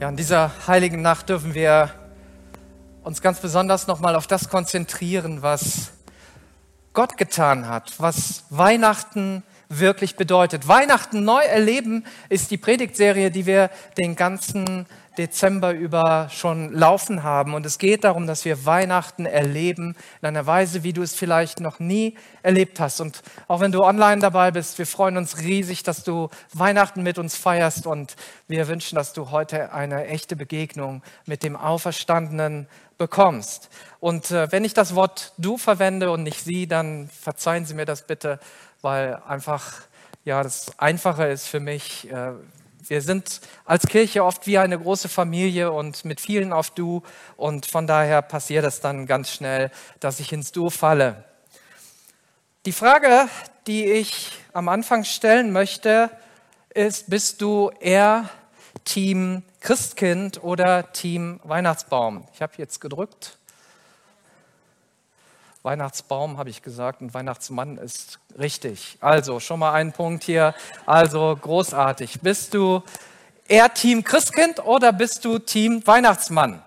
Ja, in dieser heiligen Nacht dürfen wir uns ganz besonders nochmal auf das konzentrieren, was Gott getan hat, was Weihnachten wirklich bedeutet. Weihnachten neu erleben ist die Predigtserie, die wir den ganzen Dezember über schon laufen haben. Und es geht darum, dass wir Weihnachten erleben in einer Weise, wie du es vielleicht noch nie erlebt hast. Und auch wenn du online dabei bist, wir freuen uns riesig, dass du Weihnachten mit uns feierst. Und wir wünschen, dass du heute eine echte Begegnung mit dem Auferstandenen bekommst. Und wenn ich das Wort du verwende und nicht sie, dann verzeihen Sie mir das bitte, weil einfach das Einfache ist für mich. Wir sind als Kirche oft wie eine große Familie und mit vielen auf Du, und von daher passiert es dann ganz schnell, dass ich ins Du falle. Die Frage, die ich am Anfang stellen möchte, ist: Bist du eher Team Christkind oder Team Weihnachtsbaum? Ich habe jetzt gedrückt. Weihnachtsbaum habe ich gesagt und Weihnachtsmann ist richtig. Also schon mal einen Punkt hier. Also großartig. Bist du eher Team Christkind oder bist du Team Weihnachtsmann?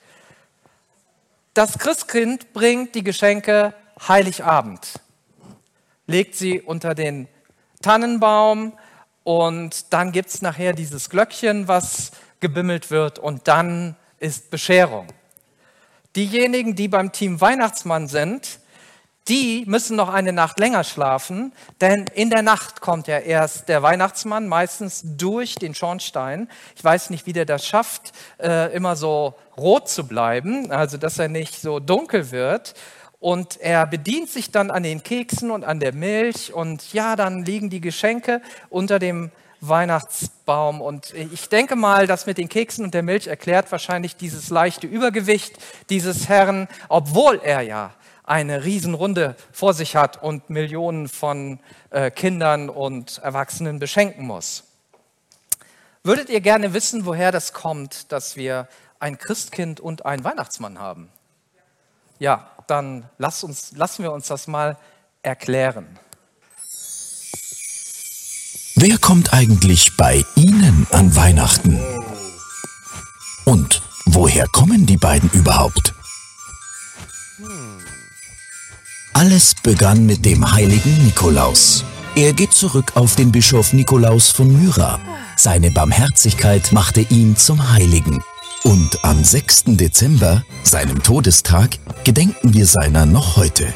Das Christkind bringt die Geschenke Heiligabend, legt sie unter den Tannenbaum und dann gibt es nachher dieses Glöckchen, was gebimmelt wird, und dann ist Bescherung. Diejenigen, die beim Team Weihnachtsmann sind, die müssen noch eine Nacht länger schlafen, denn in der Nacht kommt ja erst der Weihnachtsmann, meistens durch den Schornstein. Ich weiß nicht, wie der das schafft, immer so rot zu bleiben, also dass er nicht so dunkel wird. Und er bedient sich dann an den Keksen und an der Milch, und ja, dann liegen die Geschenke unter dem Weihnachtsbaum. Und ich denke mal, das mit den Keksen und der Milch erklärt wahrscheinlich dieses leichte Übergewicht dieses Herrn, obwohl er ja eine Riesenrunde vor sich hat und Millionen von Kindern und Erwachsenen beschenken muss. Würdet ihr gerne wissen, woher das kommt, dass wir ein Christkind und einen Weihnachtsmann haben? Ja, dann lassen wir uns das mal erklären. Wer kommt eigentlich bei Ihnen an Weihnachten? Und woher kommen die beiden überhaupt? Alles begann mit dem heiligen Nikolaus. Er geht zurück auf den Bischof Nikolaus von Myra. Seine Barmherzigkeit machte ihn zum Heiligen. Und am 6. Dezember, seinem Todestag, gedenken wir seiner noch heute.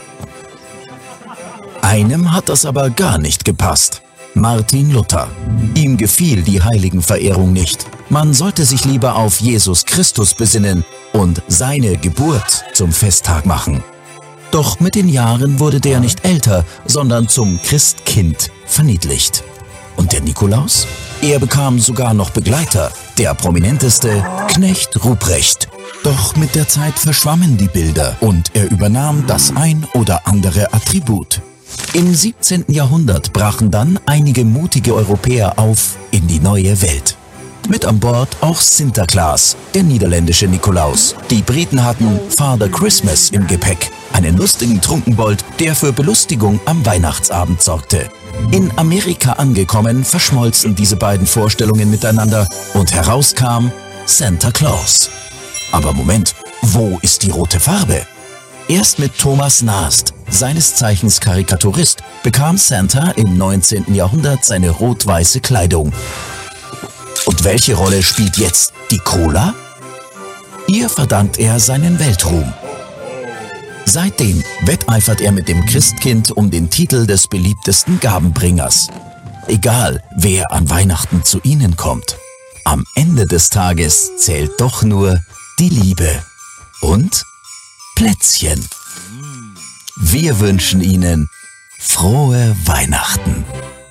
Einem hat das aber gar nicht gepasst: Martin Luther. Ihm gefiel die Heiligenverehrung nicht. Man sollte sich lieber auf Jesus Christus besinnen und seine Geburt zum Festtag machen. Doch mit den Jahren wurde der nicht älter, sondern zum Christkind verniedlicht. Und der Nikolaus? Er bekam sogar noch Begleiter, der prominenteste Knecht Ruprecht. Doch mit der Zeit verschwammen die Bilder und er übernahm das ein oder andere Attribut. Im 17. Jahrhundert brachen dann einige mutige Europäer auf in die neue Welt. Mit an Bord auch Sinterklaas, der niederländische Nikolaus. Die Briten hatten Father Christmas im Gepäck, einen lustigen Trunkenbold, der für Belustigung am Weihnachtsabend sorgte. In Amerika angekommen, verschmolzen diese beiden Vorstellungen miteinander und heraus kam Santa Claus. Aber Moment, wo ist die rote Farbe? Erst mit Thomas Nast, seines Zeichens Karikaturist, bekam Santa im 19. Jahrhundert seine rot-weiße Kleidung. Und welche Rolle spielt jetzt die Cola? Ihr verdankt er seinen Weltruhm. Seitdem wetteifert er mit dem Christkind um den Titel des beliebtesten Gabenbringers. Egal, wer an Weihnachten zu Ihnen kommt. Am Ende des Tages zählt doch nur die Liebe und Plätzchen. Wir wünschen Ihnen frohe Weihnachten.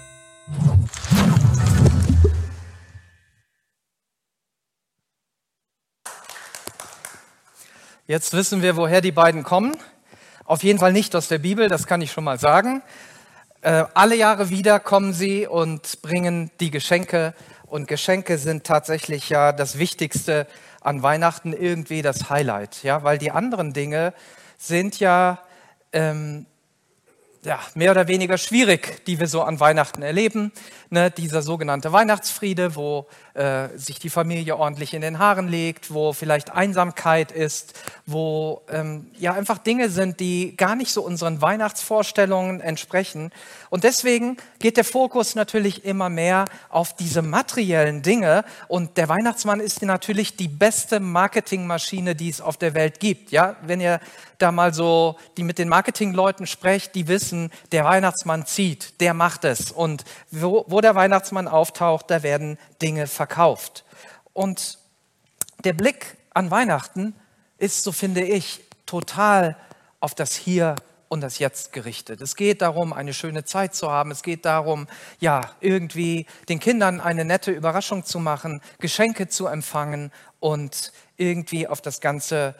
Jetzt wissen wir, woher die beiden kommen. Auf jeden Fall nicht aus der Bibel, das kann ich schon mal sagen. Alle Jahre wieder kommen sie und bringen die Geschenke. Und Geschenke sind tatsächlich ja das Wichtigste an Weihnachten, irgendwie das Highlight. Ja? Weil die anderen Dinge sind ja ja, mehr oder weniger schwierig, die wir so an Weihnachten erleben. Ne, dieser sogenannte Weihnachtsfriede, wo sich die Familie ordentlich in den Haaren legt, wo vielleicht Einsamkeit ist, wo ja einfach Dinge sind, die gar nicht so unseren Weihnachtsvorstellungen entsprechen. Und deswegen geht der Fokus natürlich immer mehr auf diese materiellen Dinge. Und der Weihnachtsmann ist natürlich die beste Marketingmaschine, die es auf der Welt gibt. Ja, wenn ihr da mal so die mit den Marketingleuten sprecht, die wissen, der Weihnachtsmann zieht, der macht es. Und wo der Weihnachtsmann auftaucht, da werden Dinge verkauft. Und der Blick an Weihnachten ist, so finde ich, total auf das Hier und das Jetzt gerichtet. Es geht darum, eine schöne Zeit zu haben. Es geht darum, ja, irgendwie den Kindern eine nette Überraschung zu machen, Geschenke zu empfangen und irgendwie auf das Ganze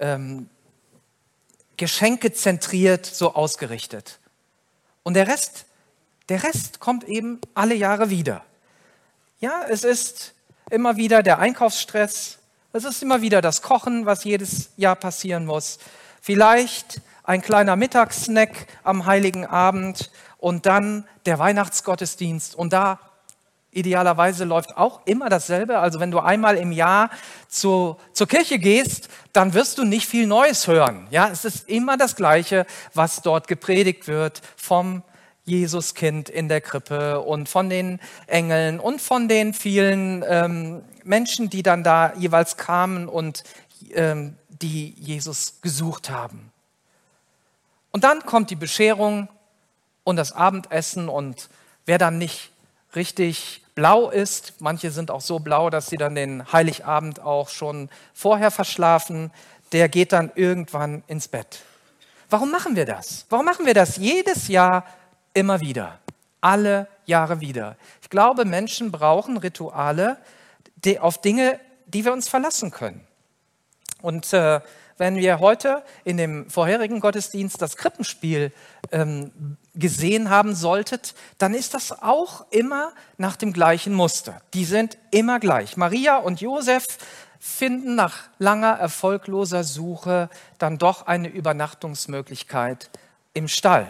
Geschenke zentriert so ausgerichtet. Und der Rest kommt eben alle Jahre wieder. Ja, es ist immer wieder der Einkaufsstress, es ist immer wieder das Kochen, was jedes Jahr passieren muss. Vielleicht ein kleiner Mittagssnack am Heiligen Abend und dann der Weihnachtsgottesdienst. Und da idealerweise läuft auch immer dasselbe. Also wenn du einmal im Jahr zur Kirche gehst, dann wirst du nicht viel Neues hören. Ja, es ist immer das Gleiche, was dort gepredigt wird vom Jesuskind in der Krippe und von den Engeln und von den vielen Menschen, die dann da jeweils kamen und die Jesus gesucht haben. Und dann kommt die Bescherung und das Abendessen und wer dann nicht richtig blau ist, manche sind auch so blau, dass sie dann den Heiligabend auch schon vorher verschlafen, der geht dann irgendwann ins Bett. Warum machen wir das? Warum machen wir das jedes Jahr immer wieder? Alle Jahre wieder. Ich glaube, Menschen brauchen Rituale auf Dinge, die wir uns verlassen können. Und wenn wir heute in dem vorherigen Gottesdienst das Krippenspiel gesehen haben solltet, dann ist das auch immer nach dem gleichen Muster. Die sind immer gleich. Maria und Josef finden nach langer erfolgloser Suche dann doch eine Übernachtungsmöglichkeit im Stall.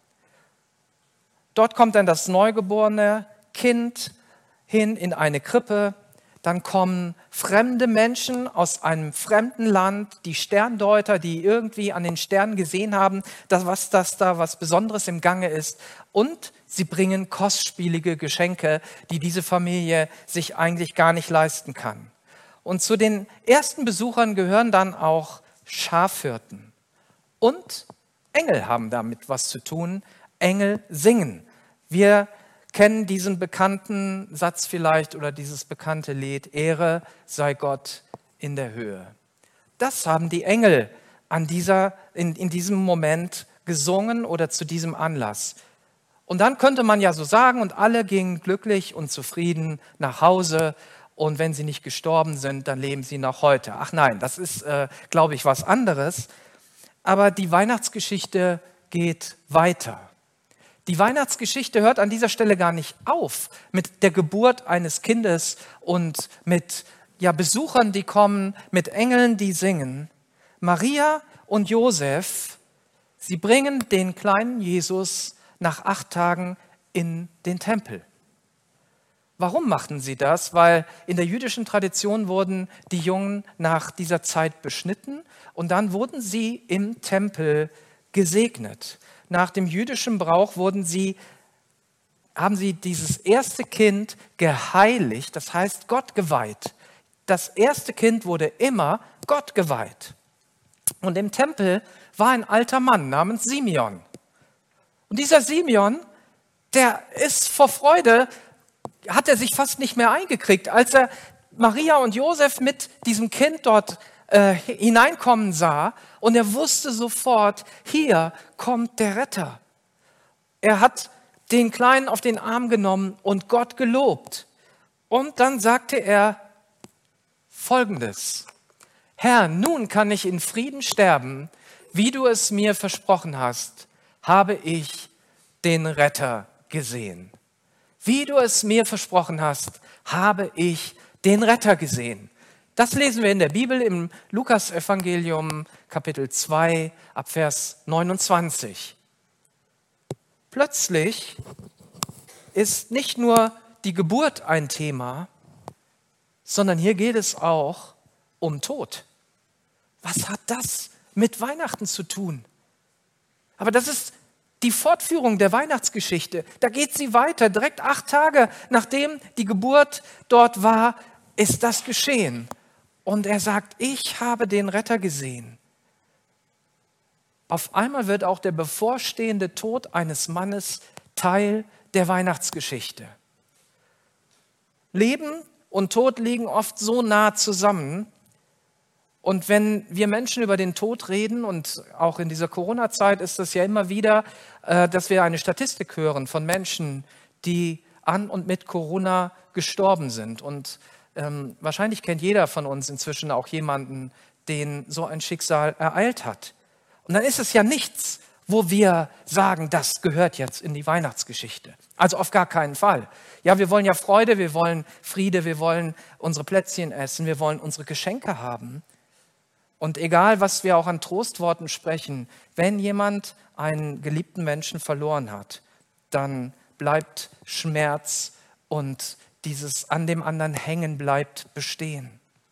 Dort kommt dann das neugeborene Kind hin in eine Krippe. Dann kommen fremde Menschen aus einem fremden Land, die Sterndeuter, die irgendwie an den Sternen gesehen haben, was Besonderes im Gange ist. Und sie bringen kostspielige Geschenke, die diese Familie sich eigentlich gar nicht leisten kann. Und zu den ersten Besuchern gehören dann auch Schafhirten. Und Engel haben damit was zu tun. Engel singen. Wir kennen diesen bekannten Satz vielleicht oder dieses bekannte Lied, Ehre sei Gott in der Höhe. Das haben die Engel in diesem Moment gesungen oder zu diesem Anlass. Und dann könnte man ja so sagen, und alle gingen glücklich und zufrieden nach Hause und wenn sie nicht gestorben sind, dann leben sie noch heute. Ach nein, das ist, glaube ich, was anderes. Aber die Weihnachtsgeschichte geht weiter. Die Weihnachtsgeschichte hört an dieser Stelle gar nicht auf mit der Geburt eines Kindes und mit Besuchern, die kommen, mit Engeln, die singen. Maria und Josef, sie bringen den kleinen Jesus nach 8 Tagen in den Tempel. Warum machten sie das? Weil in der jüdischen Tradition wurden die Jungen nach dieser Zeit beschnitten und dann wurden sie im Tempel gesegnet. Nach dem jüdischen Brauch haben sie dieses erste Kind geheiligt, das heißt Gott geweiht. Das erste Kind wurde immer Gott geweiht. Und im Tempel war ein alter Mann namens Simeon. Und dieser Simeon, der ist vor Freude, hat er sich fast nicht mehr eingekriegt, als er Maria und Josef mit diesem Kind dort hineinkommen sah und er wusste sofort, hier kommt der Retter. Er hat den Kleinen auf den Arm genommen und Gott gelobt. Und dann sagte er Folgendes: Herr, nun kann ich in Frieden sterben, wie du es mir versprochen hast, habe ich den Retter gesehen. Wie du es mir versprochen hast, habe ich den Retter gesehen. Das lesen wir in der Bibel im Lukas-Evangelium, Kapitel 2, ab Vers 29. plötzlich ist nicht nur die Geburt ein Thema, sondern hier geht es auch um Tod. Was hat das mit Weihnachten zu tun? Aber das ist die Fortführung der Weihnachtsgeschichte. Da geht sie weiter. Direkt 8 Tage nachdem die Geburt dort war, ist das geschehen. Und er sagt, ich habe den Retter gesehen. Auf einmal wird auch der bevorstehende Tod eines Mannes Teil der Weihnachtsgeschichte. Leben und Tod liegen oft so nah zusammen. Und wenn wir Menschen über den Tod reden, und auch in dieser Corona-Zeit ist es ja immer wieder, dass wir eine Statistik hören von Menschen, die an und mit Corona gestorben sind. Und wahrscheinlich kennt jeder von uns inzwischen auch jemanden, den so ein Schicksal ereilt hat. Und dann ist es ja nichts, wo wir sagen, das gehört jetzt in die Weihnachtsgeschichte. Also auf gar keinen Fall. Ja, wir wollen ja Freude, wir wollen Friede, wir wollen unsere Plätzchen essen, wir wollen unsere Geschenke haben. Und egal, was wir auch an Trostworten sprechen, wenn jemand einen geliebten Menschen verloren hat, dann bleibt Schmerz und dieses an dem anderen hängen bleibt bestehen.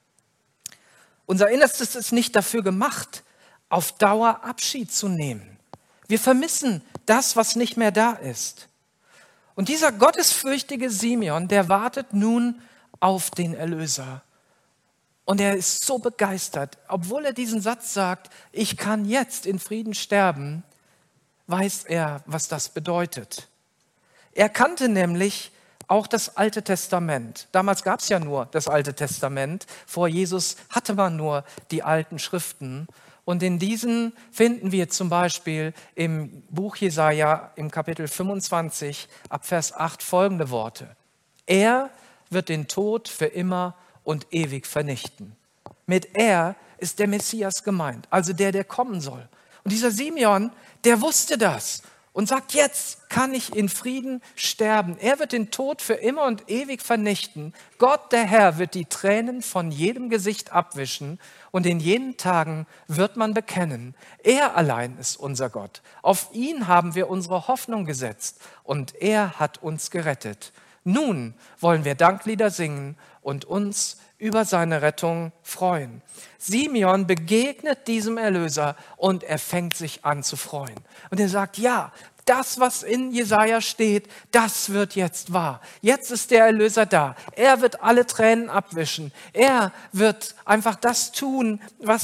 Unser Innerstes ist nicht dafür gemacht, auf Dauer Abschied zu nehmen. Wir vermissen das, was nicht mehr da ist. Und dieser gottesfürchtige Simeon, der wartet nun auf den Erlöser. Und er ist so begeistert, obwohl er diesen Satz sagt, ich kann jetzt in Frieden sterben, weiß er, was das bedeutet. Er kannte nämlich auch das Alte Testament. Damals gab es ja nur das Alte Testament. Vor Jesus hatte man nur die alten Schriften. Und in diesen finden wir zum Beispiel im Buch Jesaja im Kapitel 25 ab Vers 8 folgende Worte. Er wird den Tod für immer und ewig vernichten. Mit er ist der Messias gemeint, also der kommen soll. Und dieser Simeon, der wusste das und sagt, jetzt kann ich in Frieden sterben. Er wird den Tod für immer und ewig vernichten. Gott, der Herr, wird die Tränen von jedem Gesicht abwischen und in jenen Tagen wird man bekennen, er allein ist unser Gott. Auf ihn haben wir unsere Hoffnung gesetzt und er hat uns gerettet. Nun wollen wir Danklieder singen und uns über seine Rettung freuen. Simeon begegnet diesem Erlöser und er fängt sich an zu freuen. Und er sagt, ja, das, was in Jesaja steht, das wird jetzt wahr. Jetzt ist der Erlöser da. Er wird alle Tränen abwischen. Er wird einfach das tun,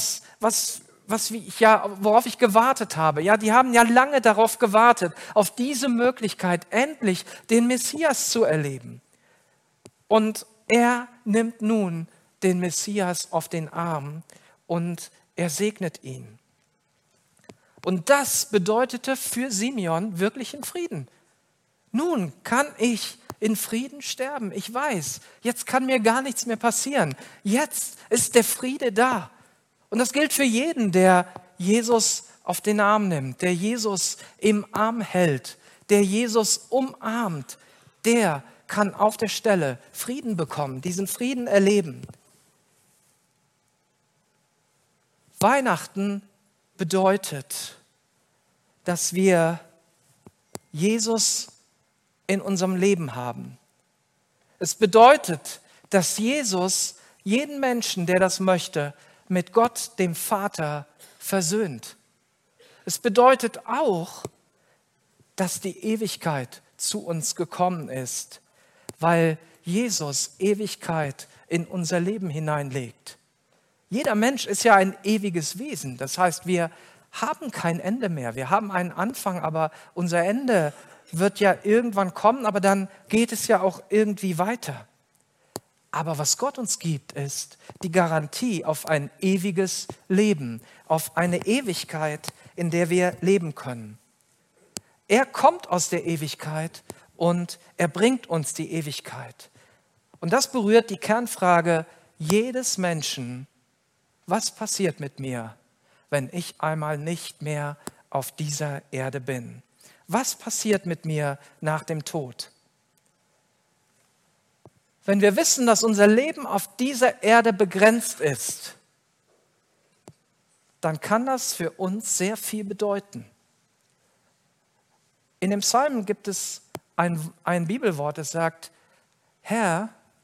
worauf ich gewartet habe. Ja, die haben ja lange darauf gewartet, auf diese Möglichkeit, endlich den Messias zu erleben. Und er nimmt nun den Messias auf den Arm und er segnet ihn. Und das bedeutete für Simeon wirklichen Frieden. Nun kann ich in Frieden sterben. Ich weiß, jetzt kann mir gar nichts mehr passieren. Jetzt ist der Friede da. Und das gilt für jeden, der Jesus auf den Arm nimmt, der Jesus im Arm hält, der Jesus umarmt, der kann auf der Stelle Frieden bekommen, diesen Frieden erleben. Weihnachten bedeutet, dass wir Jesus in unserem Leben haben. Es bedeutet, dass Jesus jeden Menschen, der das möchte, mit Gott, dem Vater, versöhnt. Es bedeutet auch, dass die Ewigkeit zu uns gekommen ist, weil Jesus Ewigkeit in unser Leben hineinlegt. Jeder Mensch ist ja ein ewiges Wesen. Das heißt, wir haben kein Ende mehr. Wir haben einen Anfang, aber unser Ende wird ja irgendwann kommen, aber dann geht es ja auch irgendwie weiter. Aber was Gott uns gibt, ist die Garantie auf ein ewiges Leben, auf eine Ewigkeit, in der wir leben können. Er kommt aus der Ewigkeit und er bringt uns die Ewigkeit. Und das berührt die Kernfrage jedes Menschen: Was passiert mit mir, wenn ich einmal nicht mehr auf dieser Erde bin? Was passiert mit mir nach dem Tod? Wenn wir wissen, dass unser Leben auf dieser Erde begrenzt ist, dann kann das für uns sehr viel bedeuten. In dem Psalm gibt es ein Bibelwort, das sagt, Herr,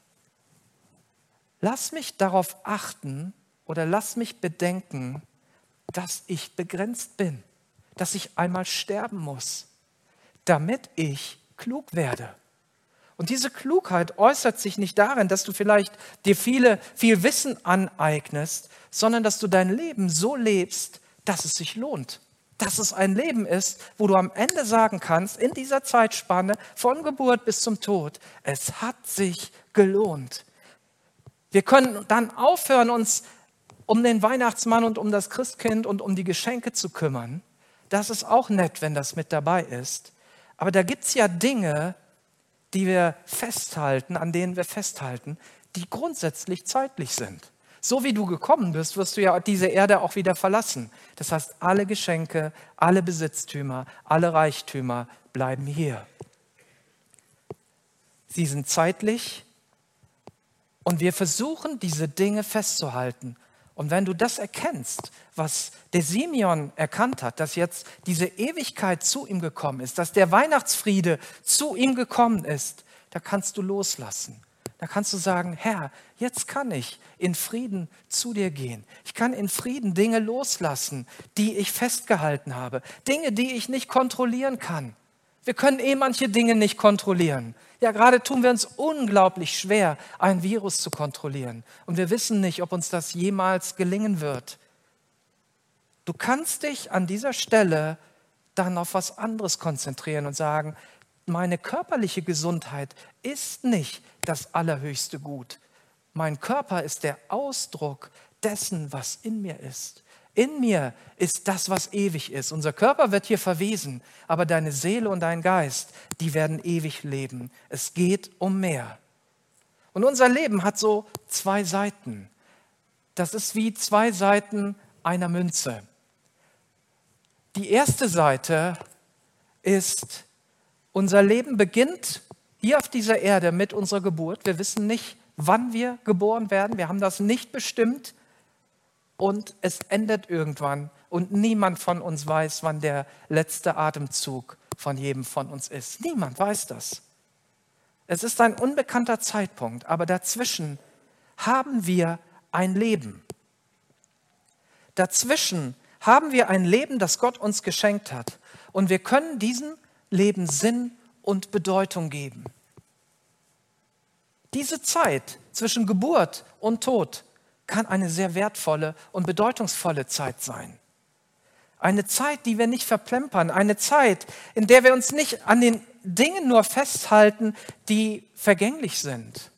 lass mich darauf achten oder lass mich bedenken, dass ich begrenzt bin, dass ich einmal sterben muss, damit ich klug werde. Und diese Klugheit äußert sich nicht darin, dass du vielleicht dir viel Wissen aneignest, sondern dass du dein Leben so lebst, dass es sich lohnt. Dass es ein Leben ist, wo du am Ende sagen kannst, in dieser Zeitspanne von Geburt bis zum Tod, es hat sich gelohnt. Wir können dann aufhören, uns um den Weihnachtsmann und um das Christkind und um die Geschenke zu kümmern. Das ist auch nett, wenn das mit dabei ist. Aber da gibt es ja Dinge, die wir festhalten, an denen wir festhalten, die grundsätzlich zeitlich sind. So wie du gekommen bist, wirst du ja diese Erde auch wieder verlassen. Das heißt, alle Geschenke, alle Besitztümer, alle Reichtümer bleiben hier. Sie sind zeitlich und wir versuchen, diese Dinge festzuhalten. Und wenn du das erkennst, was der Simeon erkannt hat, dass jetzt diese Ewigkeit zu ihm gekommen ist, dass der Weihnachtsfriede zu ihm gekommen ist, da kannst du loslassen. Da kannst du sagen, Herr, jetzt kann ich in Frieden zu dir gehen. Ich kann in Frieden Dinge loslassen, die ich festgehalten habe. Dinge, die ich nicht kontrollieren kann. Wir können manche Dinge nicht kontrollieren. Ja, gerade tun wir uns unglaublich schwer, ein Virus zu kontrollieren. Und wir wissen nicht, ob uns das jemals gelingen wird. Du kannst dich an dieser Stelle dann auf was anderes konzentrieren und sagen, meine körperliche Gesundheit ist nicht das allerhöchste Gut. Mein Körper ist der Ausdruck dessen, was in mir ist. In mir ist das, was ewig ist. Unser Körper wird hier verwesen, aber deine Seele und dein Geist, die werden ewig leben. Es geht um mehr. Und unser Leben hat so zwei Seiten. Das ist wie zwei Seiten einer Münze. Die erste Seite ist, unser Leben beginnt hier auf dieser Erde mit unserer Geburt. Wir wissen nicht, wann wir geboren werden. Wir haben das nicht bestimmt. Und es endet irgendwann. Und niemand von uns weiß, wann der letzte Atemzug von jedem von uns ist. Niemand weiß das. Es ist ein unbekannter Zeitpunkt. Aber dazwischen haben wir ein Leben. Dazwischen haben wir ein Leben, das Gott uns geschenkt hat. Und wir können diesem Leben Sinn und Bedeutung geben. Diese Zeit zwischen Geburt und Tod kann eine sehr wertvolle und bedeutungsvolle Zeit sein. Eine Zeit, die wir nicht verplempern, eine Zeit, in der wir uns nicht an den Dingen nur festhalten, die vergänglich sind.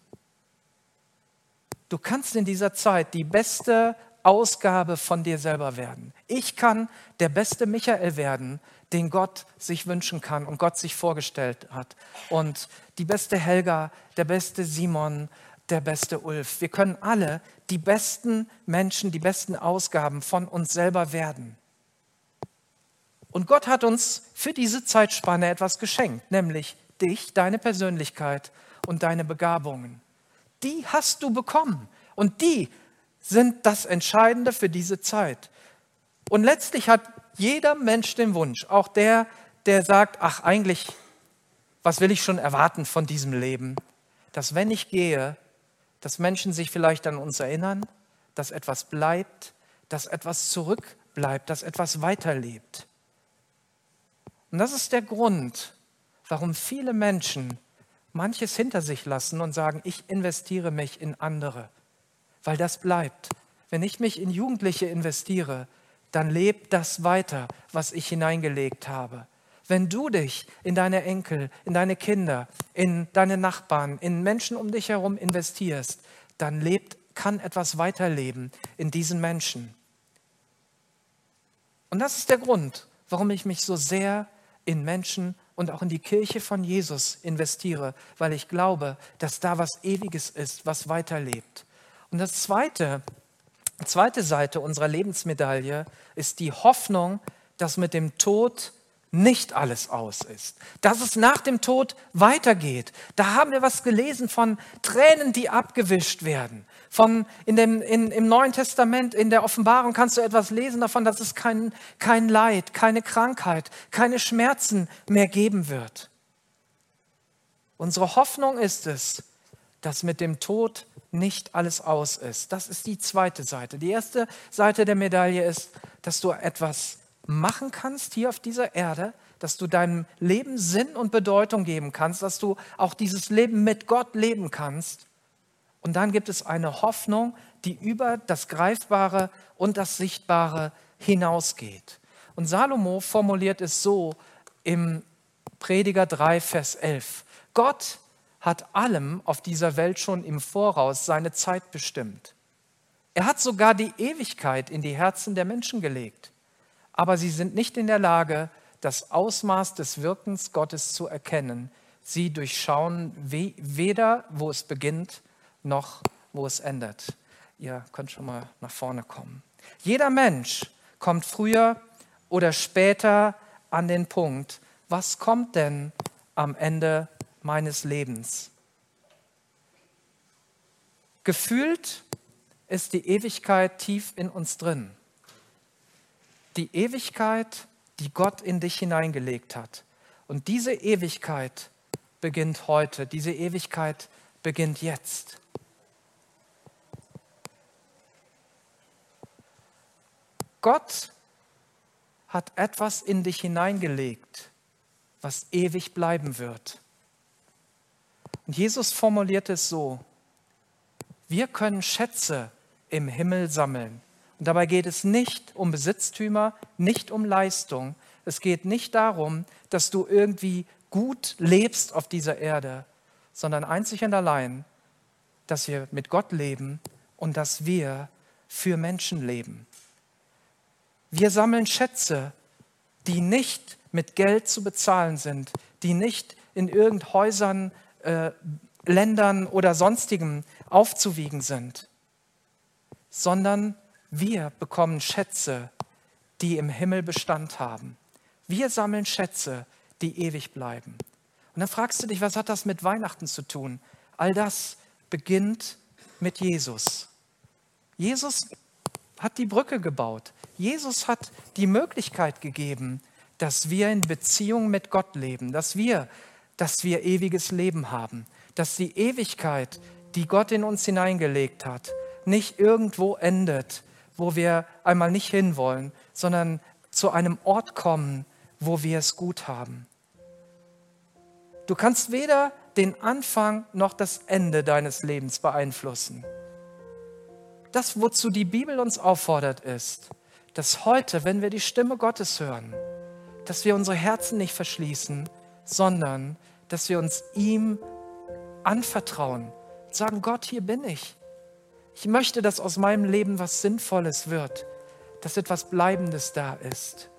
Du kannst in dieser Zeit die beste Ausgabe von dir selber werden. Ich kann der beste Michael werden, den Gott sich wünschen kann und Gott sich vorgestellt hat. Und die beste Helga, der beste Simon, der beste Ulf. Wir können alle die besten Menschen, die besten Ausgaben von uns selber werden. Und Gott hat uns für diese Zeitspanne etwas geschenkt, nämlich dich, deine Persönlichkeit und deine Begabungen. Die hast du bekommen und die sind das Entscheidende für diese Zeit. Und letztlich hat jeder Mensch den Wunsch, auch der sagt, ach eigentlich, was will ich schon erwarten von diesem Leben, dass wenn ich gehe, dass Menschen sich vielleicht an uns erinnern, dass etwas bleibt, dass etwas zurückbleibt, dass etwas weiterlebt. Und das ist der Grund, warum viele Menschen manches hinter sich lassen und sagen, ich investiere mich in andere, weil das bleibt. Wenn ich mich in Jugendliche investiere, dann lebt das weiter, was ich hineingelegt habe. Wenn du dich in deine Enkel, in deine Kinder, in deine Nachbarn, in Menschen um dich herum investierst, dann kann etwas weiterleben in diesen Menschen. Und das ist der Grund, warum ich mich so sehr in Menschen und auch in die Kirche von Jesus investiere, weil ich glaube, dass da was Ewiges ist, was weiterlebt. Und das zweite Seite unserer Lebensmedaille ist die Hoffnung, dass mit dem Tod nicht alles aus ist, dass es nach dem Tod weitergeht. Da haben wir was gelesen von Tränen, die abgewischt werden. Im Neuen Testament, in der Offenbarung kannst du etwas lesen davon, dass es kein Leid, keine Krankheit, keine Schmerzen mehr geben wird. Unsere Hoffnung ist es, dass mit dem Tod nicht alles aus ist. Das ist die zweite Seite. Die erste Seite der Medaille ist, dass du etwas machen kannst hier auf dieser Erde, dass du deinem Leben Sinn und Bedeutung geben kannst, dass du auch dieses Leben mit Gott leben kannst. Und dann gibt es eine Hoffnung, die über das Greifbare und das Sichtbare hinausgeht. Und Salomo formuliert es so im Prediger 3, Vers 11. Gott hat allem auf dieser Welt schon im Voraus seine Zeit bestimmt. Er hat sogar die Ewigkeit in die Herzen der Menschen gelegt. Aber sie sind nicht in der Lage, das Ausmaß des Wirkens Gottes zu erkennen. Sie durchschauen weder, wo es beginnt, noch wo es endet. Ihr könnt schon mal nach vorne kommen. Jeder Mensch kommt früher oder später an den Punkt, was kommt denn am Ende meines Lebens? Gefühlt ist die Ewigkeit tief in uns drin. Die Ewigkeit, die Gott in dich hineingelegt hat. Und diese Ewigkeit beginnt heute, diese Ewigkeit beginnt jetzt. Gott hat etwas in dich hineingelegt, was ewig bleiben wird. Und Jesus formuliert es so: Wir können Schätze im Himmel sammeln. Und dabei geht es nicht um Besitztümer, nicht um Leistung. Es geht nicht darum, dass du irgendwie gut lebst auf dieser Erde, sondern einzig und allein, dass wir mit Gott leben und dass wir für Menschen leben. Wir sammeln Schätze, die nicht mit Geld zu bezahlen sind, die nicht in irgendwelchen Häusern, Ländern oder sonstigem aufzuwiegen sind, sondern wir bekommen Schätze, die im Himmel Bestand haben. Wir sammeln Schätze, die ewig bleiben. Und dann fragst du dich, was hat das mit Weihnachten zu tun? All das beginnt mit Jesus. Jesus hat die Brücke gebaut. Jesus hat die Möglichkeit gegeben, dass wir in Beziehung mit Gott leben, dass wir ewiges Leben haben, dass die Ewigkeit, die Gott in uns hineingelegt hat, nicht irgendwo endet, wo wir einmal nicht hinwollen, sondern zu einem Ort kommen, wo wir es gut haben. Du kannst weder den Anfang noch das Ende deines Lebens beeinflussen. Das, wozu die Bibel uns auffordert, ist, dass heute, wenn wir die Stimme Gottes hören, dass wir unsere Herzen nicht verschließen, sondern dass wir uns ihm anvertrauen. Sagen, Gott, hier bin ich. Ich möchte, dass aus meinem Leben was Sinnvolles wird, dass etwas Bleibendes da ist.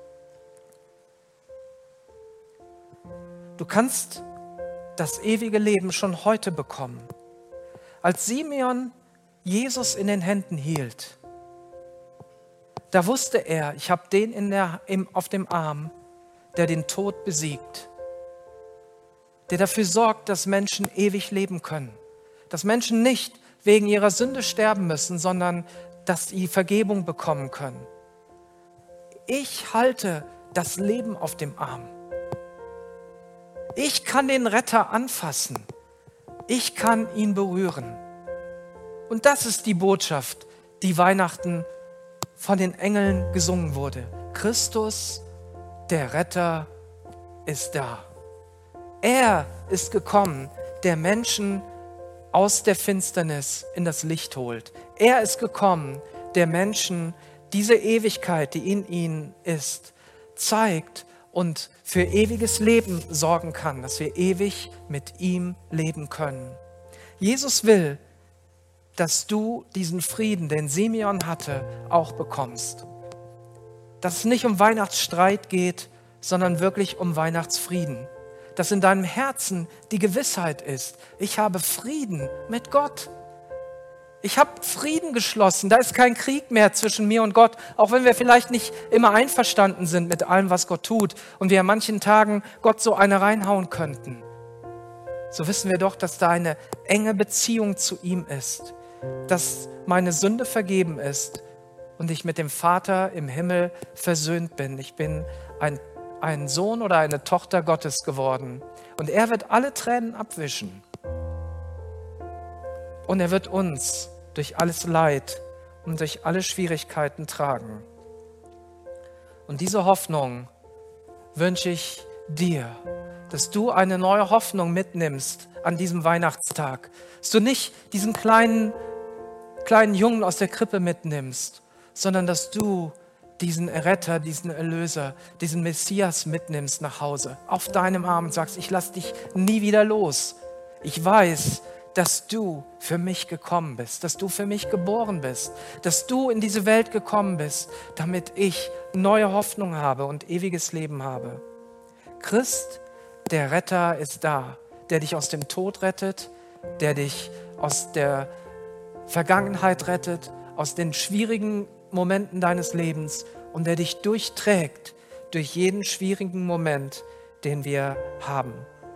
Du kannst das ewige Leben schon heute bekommen. Als Simeon Jesus in den Händen hielt, da wusste er, ich habe den auf dem Arm, der den Tod besiegt, der dafür sorgt, dass Menschen ewig leben können, dass Menschen nicht wegen ihrer Sünde sterben müssen, sondern dass sie Vergebung bekommen können. Ich halte das Leben auf dem Arm. Ich kann den Retter anfassen. Ich kann ihn berühren. Und das ist die Botschaft, die Weihnachten von den Engeln gesungen wurde. Christus, der Retter, ist da. Er ist gekommen, der Menschen aus der Finsternis in das Licht holt. Er ist gekommen, der Menschen diese Ewigkeit, die in ihnen ist, zeigt und für ewiges Leben sorgen kann, dass wir ewig mit ihm leben können. Jesus will, dass du diesen Frieden, den Simeon hatte, auch bekommst. Dass es nicht um Weihnachtsstreit geht, sondern wirklich um Weihnachtsfrieden. Dass in deinem Herzen die Gewissheit ist, ich habe Frieden mit Gott. Ich habe Frieden geschlossen. Da ist kein Krieg mehr zwischen mir und Gott, auch wenn wir vielleicht nicht immer einverstanden sind mit allem, was Gott tut und wir an manchen Tagen Gott so eine reinhauen könnten. So wissen wir doch, dass da eine enge Beziehung zu ihm ist, dass meine Sünde vergeben ist und ich mit dem Vater im Himmel versöhnt bin. Ich bin ein Sohn oder eine Tochter Gottes geworden und er wird alle Tränen abwischen. Und er wird uns durch alles Leid und durch alle Schwierigkeiten tragen. Und diese Hoffnung wünsche ich dir, dass du eine neue Hoffnung mitnimmst an diesem Weihnachtstag. Dass du nicht diesen kleinen Jungen aus der Krippe mitnimmst, sondern dass du diesen Erretter, diesen Erlöser, diesen Messias mitnimmst nach Hause. Auf deinem Arm und sagst, ich lasse dich nie wieder los. Ich weiß, dass du für mich gekommen bist, dass du für mich geboren bist, dass du in diese Welt gekommen bist, damit ich neue Hoffnung habe und ewiges Leben habe. Christ, der Retter ist da, der dich aus dem Tod rettet, der dich aus der Vergangenheit rettet, aus den schwierigen Momenten deines Lebens und der dich durchträgt durch jeden schwierigen Moment, den wir haben.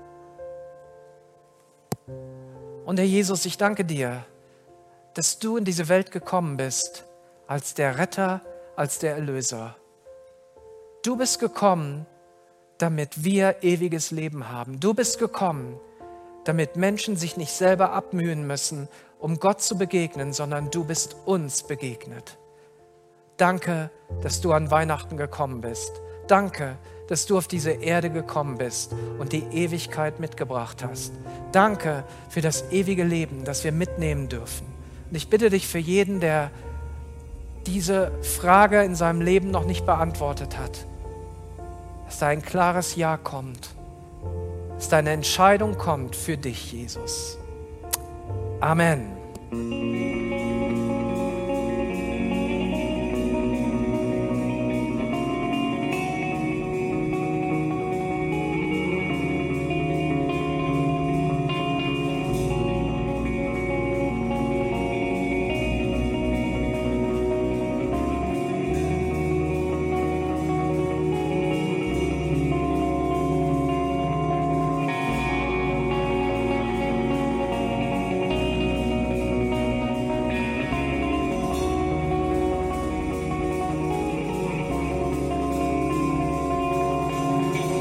Und Herr Jesus, ich danke dir, dass du in diese Welt gekommen bist als der Retter, als der Erlöser. Du bist gekommen, damit wir ewiges Leben haben. Du bist gekommen, damit Menschen sich nicht selber abmühen müssen, um Gott zu begegnen, sondern du bist uns begegnet. Danke, dass du an Weihnachten gekommen bist. Danke, dass du auf diese Erde gekommen bist und die Ewigkeit mitgebracht hast. Danke für das ewige Leben, das wir mitnehmen dürfen. Und ich bitte dich für jeden, der diese Frage in seinem Leben noch nicht beantwortet hat, dass da ein klares Ja kommt, dass da eine Entscheidung kommt für dich, Jesus. Amen.